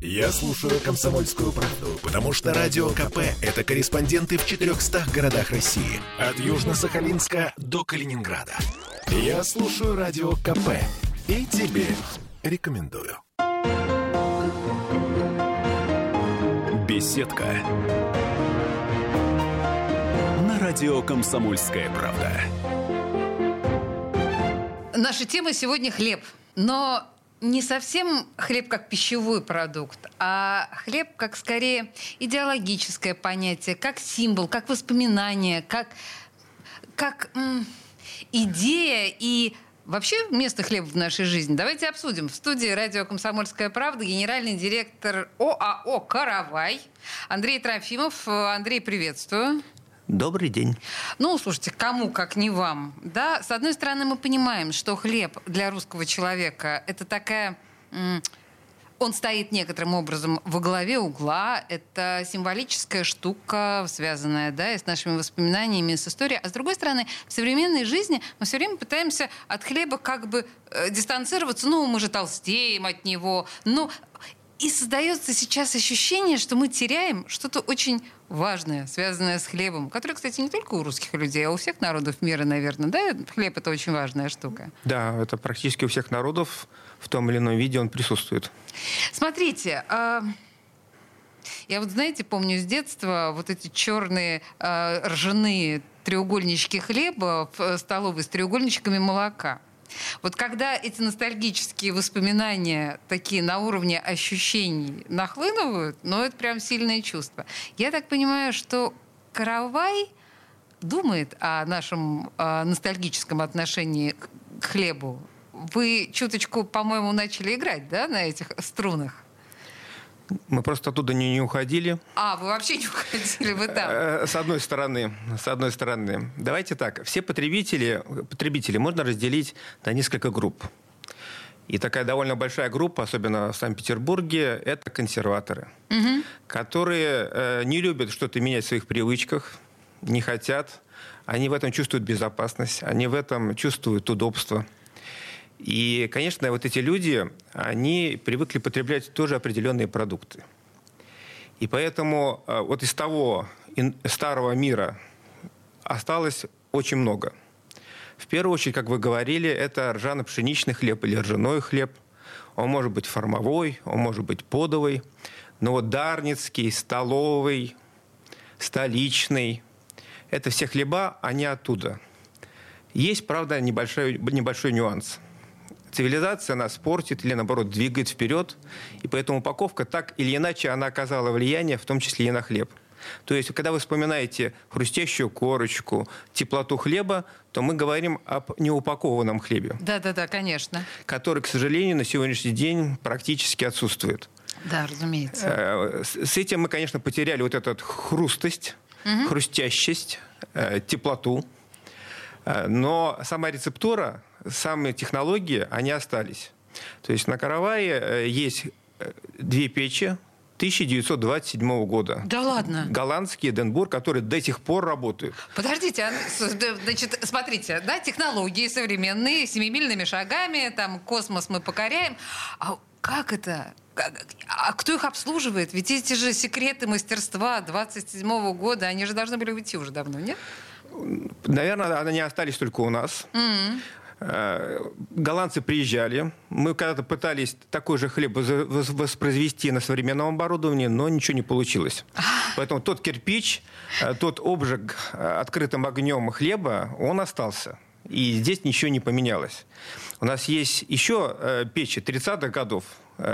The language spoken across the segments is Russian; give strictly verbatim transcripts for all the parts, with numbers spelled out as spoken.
Я слушаю «Комсомольскую правду», потому что Радио КП – это корреспонденты в четырехстах городах России. От Южно-Сахалинска до Калининграда. Я слушаю Радио КП и тебе рекомендую. Беседка. На радио «Комсомольская правда». Наша тема сегодня хлеб. Но не совсем хлеб как пищевой продукт, а хлеб как скорее идеологическое понятие, как символ, как воспоминание, как, как м- идея и вообще место хлеба в нашей жизни. Давайте обсудим. В студии радио «Комсомольская правда» генеральный директор ОАО «Каравай» Андрей Трофимов. Андрей, приветствую. Добрый день. Ну, слушайте, кому, как не вам. Да? С одной стороны, мы понимаем, что хлеб для русского человека – это такая... М- он стоит некоторым образом во главе угла. Это символическая штука, связанная, да, и с нашими воспоминаниями, с историей. А с другой стороны, в современной жизни мы все время пытаемся от хлеба как бы э, дистанцироваться. Ну, мы же толстеем от него. Ну, и создается сейчас ощущение, что мы теряем что-то очень важное, связанное с хлебом, которое, кстати, не только у русских людей, а у всех народов мира, наверное. Да, хлеб – это очень важная штука. Да, это практически у всех народов в том или ином виде он присутствует. Смотрите, э, я вот, знаете, помню с детства вот эти черные э, ржаные треугольнички хлеба в столовой с треугольничками молока. Вот когда эти ностальгические воспоминания такие на уровне ощущений нахлынывают, ну, это прям сильное чувство. Я так понимаю, что Каравай думает о нашем э, ностальгическом отношении к хлебу. Вы чуточку, по-моему, начали играть, да, на этих струнах? Мы просто оттуда не, не уходили. А, вы вообще не уходили, вы там. С одной стороны, с одной стороны. Давайте так, все потребители, потребители можно разделить на несколько групп. И такая довольно большая группа, особенно в Санкт-Петербурге, это консерваторы, угу. которые э, не любят что-то менять в своих привычках, не хотят. Они в этом чувствуют безопасность, они в этом чувствуют удобство. И, конечно, вот эти люди, они привыкли потреблять тоже определенные продукты. И поэтому вот из того старого мира осталось очень много. В первую очередь, как вы говорили, это ржано-пшеничный хлеб или ржаной хлеб. Он может быть формовой, он может быть подовый. Но вот дарницкий, столовый, столичный – это все хлеба, они оттуда. Есть, правда, небольшой, небольшой нюанс. Цивилизация нас портит или, наоборот, двигает вперед, и поэтому упаковка так или иначе она оказала влияние, в том числе и на хлеб. То есть, когда вы вспоминаете хрустящую корочку, теплоту хлеба, то мы говорим об неупакованном хлебе. Да-да-да, конечно. Который, к сожалению, на сегодняшний день практически отсутствует. Да, разумеется. С этим мы, конечно, потеряли вот эту хрустость, угу. хрустящесть, теплоту. Но сама рецептура, самые технологии, они остались. То есть на Каравае есть две печи тысяча девятьсот двадцать седьмого года. Да ладно? Голландские, Денбург, которые до сих пор работают. Подождите, значит, смотрите, да, технологии современные, семимильными шагами, там космос мы покоряем. А как это? А кто их обслуживает? Ведь эти же секреты мастерства двадцать седьмого года, они же должны были уйти уже давно, нет? Наверное, они остались только у нас. Mm-hmm. Голландцы приезжали. Мы когда-то пытались такой же хлеб воспроизвести на современном оборудовании, но ничего не получилось. Поэтому тот кирпич, тот обжиг открытым огнем хлеба, он остался. И здесь ничего не поменялось. У нас есть еще печи тридцатых годов,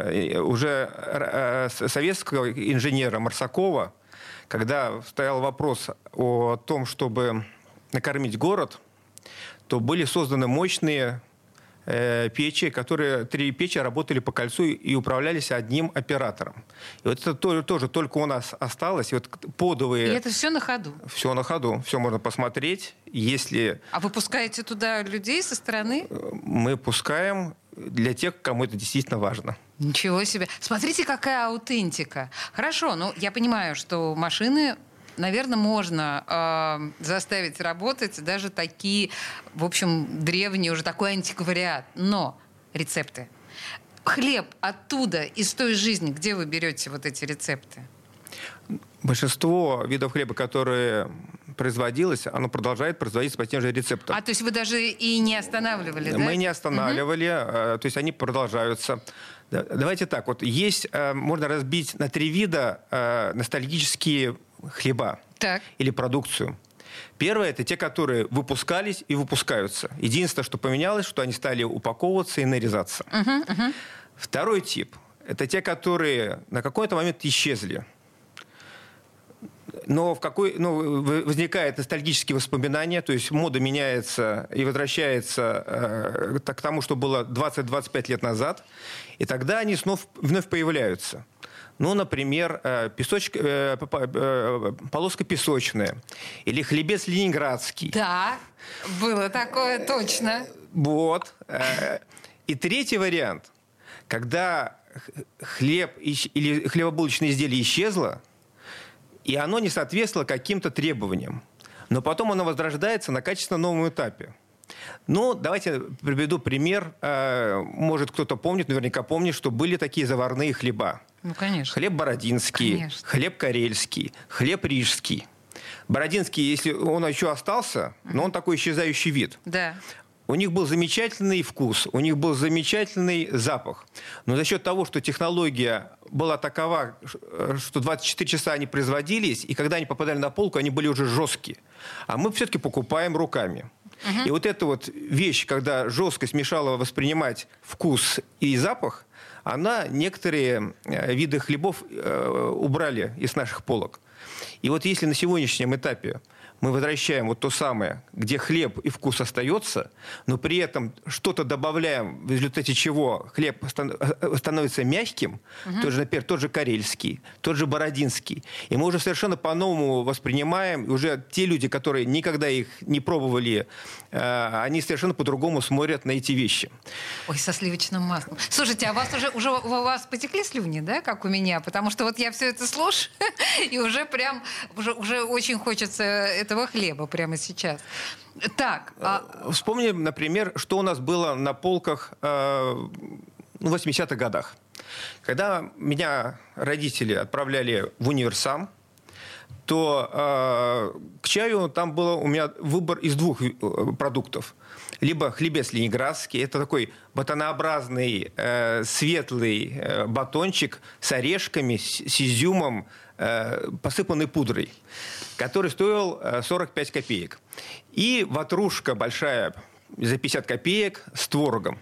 уже советского инженера Марсакова, когда стоял вопрос о том, чтобы накормить город, то были созданы мощные э, печи, которые, три печи работали по кольцу и управлялись одним оператором. И вот это тоже, тоже только у нас осталось. И вот подовые... И это все на ходу? Все на ходу. Все можно посмотреть. Если... А вы пускаете туда людей со стороны? Мы пускаем для тех, кому это действительно важно. Ничего себе. Смотрите, какая аутентика. Хорошо, ну, я понимаю, что машины, наверное, можно э, заставить работать даже такие, в общем, древние, уже такой антиквариат. Но рецепты. хлеб оттуда, из той жизни, где вы берете вот эти рецепты? Большинство видов хлеба, которые производилось, оно продолжает производиться по тем же рецептам. А, то есть вы даже и не останавливали, да? Мы не останавливали, угу. То есть они продолжаются. Давайте так, вот есть, можно разбить на три вида ностальгические хлеба так. или продукцию. Первое – это те, которые выпускались и выпускаются. Единственное, что поменялось, что они стали упаковываться и нарезаться. Угу, угу. Второй тип – это те, которые на какой-то момент исчезли. Но в какой, ну, возникают ностальгические воспоминания, то есть мода меняется и возвращается э, к тому, что было двадцать-двадцать пять лет назад, и тогда они снова, вновь появляются. Ну, например, э, песоч, э, э, полоска песочная или хлебец ленинградский. Да, было такое точно. Вот. И третий вариант, когда хлеб или хлебобулочное изделие исчезло, и оно не соответствовало каким-то требованиям. Но потом оно возрождается на качественно новом этапе. Ну, давайте приведу пример. Может, кто-то помнит, наверняка помнит, что были такие заварные хлеба. Ну, конечно. Хлеб бородинский, конечно. Хлеб карельский, хлеб рижский. Бородинский, если он еще остался, но он такой исчезающий вид. Да. У них был замечательный вкус, у них был замечательный запах. Но за счет того, что технология была такова, что двадцать четыре часа они производились, и когда они попадали на полку, они были уже жесткие. А мы все-таки покупаем руками. Uh-huh. И вот эта вот вещь, когда жесткость мешала воспринимать вкус и запах, она некоторые виды хлебов э, убрали из наших полок. И вот если на сегодняшнем этапе мы возвращаем вот то самое, где хлеб и вкус остается, но при этом что-то добавляем, в результате чего хлеб становится мягким, угу. тот же, например, тот же карельский, тот же бородинский. И мы уже совершенно по-новому воспринимаем, и уже те люди, которые никогда их не пробовали, они совершенно по-другому смотрят на эти вещи. Ой, со сливочным маслом. Слушайте, а вас уже, уже у вас потекли слюни, да, как у меня? Потому что вот я все это слушаю, и уже прям, уже, уже очень хочется этого хлеба прямо сейчас. Так. А... Вспомним, например, что у нас было на полках э, в восьмидесятых годах. Когда меня родители отправляли в универсам, то э, к чаю там был у меня выбор из двух продуктов. Либо хлебец ленинградский, это такой батонообразный э, светлый э, батончик с орешками, с, с изюмом, э, посыпанный пудрой, который стоил э, сорок пять копеек. И ватрушка большая за пятьдесят копеек с творогом.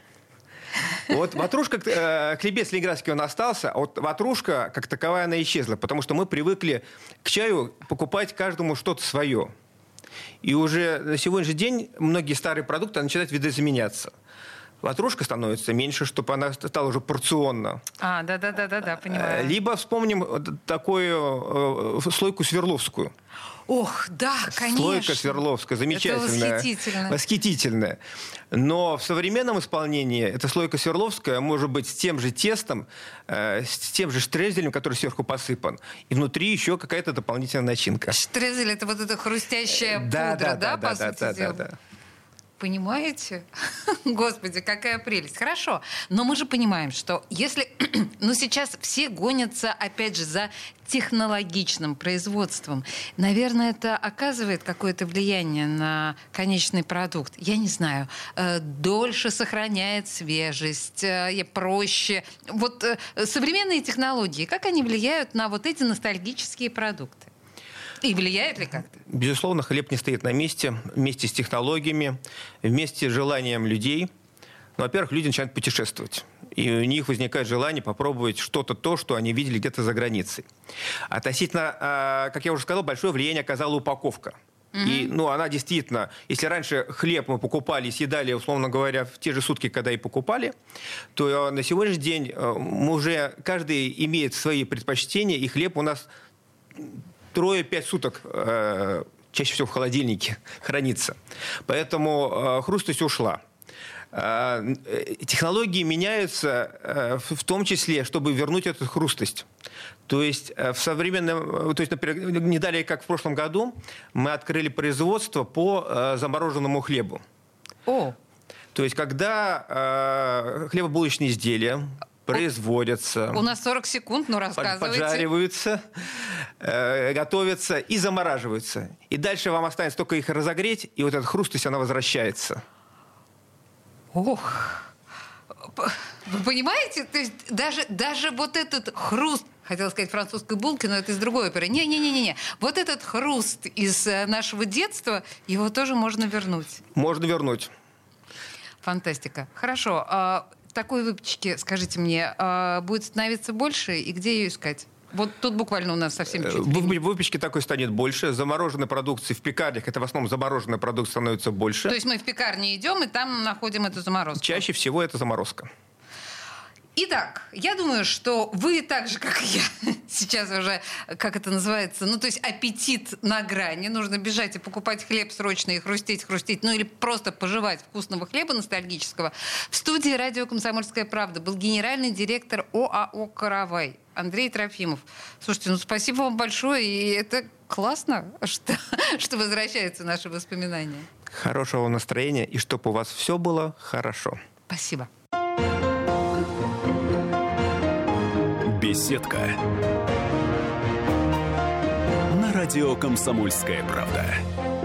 Вот ватрушка, э, хлебец ленинградский он остался, а вот ватрушка как таковая она исчезла, потому что мы привыкли к чаю покупать каждому что-то свое. И уже на сегодняшний день многие старые продукты начинают видоизменяться. Ватрушка становится меньше, чтобы она стала уже порционно. А, да-да-да, понимаю. Либо вспомним такую э, слойку сверловскую. Ох, да, конечно. Слойка сверловская, замечательная. Это восхитительно. Восхитительная. Но в современном исполнении эта слойка сверловская может быть с тем же тестом, э, с тем же штрезелем, который сверху посыпан. И внутри еще какая-то дополнительная начинка. Штрезель — это вот эта хрустящая да, пудра, да, да, да, по да, сути да, дела? Да, да. Понимаете? Господи, какая прелесть. Хорошо. Но мы же понимаем, что если... ну, сейчас все гонятся, опять же, за технологичным производством. Наверное, это оказывает какое-то влияние на конечный продукт. Я не знаю. Э, дольше сохраняет свежесть, э, проще. Вот э, современные технологии, как они влияют на вот эти ностальгические продукты? И влияет ли как-то? Безусловно, хлеб не стоит на месте, вместе с технологиями, вместе с желанием людей. Ну, во-первых, люди начинают путешествовать. И у них возникает желание попробовать что-то то, что они видели где-то за границей. Относительно, как я уже сказал, большое влияние оказала упаковка. Mm-hmm. И, ну, она действительно, если раньше хлеб мы покупали и съедали, условно говоря, в те же сутки, когда и покупали, то на сегодняшний день мы уже, каждый имеет свои предпочтения, и хлеб у нас трое-пять суток э, чаще всего в холодильнике хранится. Поэтому э, хрустость ушла. Э, технологии меняются э, в, в том числе, чтобы вернуть эту хрустость. То есть э, в современном, то есть, например, не далее, как в прошлом году, мы открыли производство по э, замороженному хлебу. О. То есть, когда э, хлебобулочные изделия производятся. У нас сорок секунд, ну рассказывайте. Поджариваются, э, готовятся и замораживаются. И дальше вам останется только их разогреть, и вот эта хрустость, она возвращается. Ох, вы понимаете? То есть даже, даже вот этот хруст, хотела сказать французской булки, но это из другой оперы. Не-не-не-не. Вот этот хруст из нашего детства, его тоже можно вернуть. Можно вернуть. Фантастика. Хорошо. А такой выпечки, скажите мне, а будет становиться больше, и где ее искать? Вот тут буквально у нас совсем чуть-чуть. В выпечке такой станет больше. Замороженной продукции в пекарнях, это в основном замороженная продукция, становится больше. То есть мы в пекарне идем, и там находим эту заморозку? Чаще всего это заморозка. Итак, я думаю, что вы так же, как и я, сейчас уже, как это называется, ну, то есть аппетит на грани. Нужно бежать и покупать хлеб срочно и хрустеть, хрустеть, ну, или просто пожевать вкусного хлеба ностальгического. В студии радио «Комсомольская правда» был генеральный директор ОАО «Каравай» Андрей Трофимов. Слушайте, ну, спасибо вам большое, и это классно, что, что возвращаются наши воспоминания. Хорошего настроения, и чтобы у вас все было хорошо. Спасибо. Беседка. На радио «Комсомольская правда».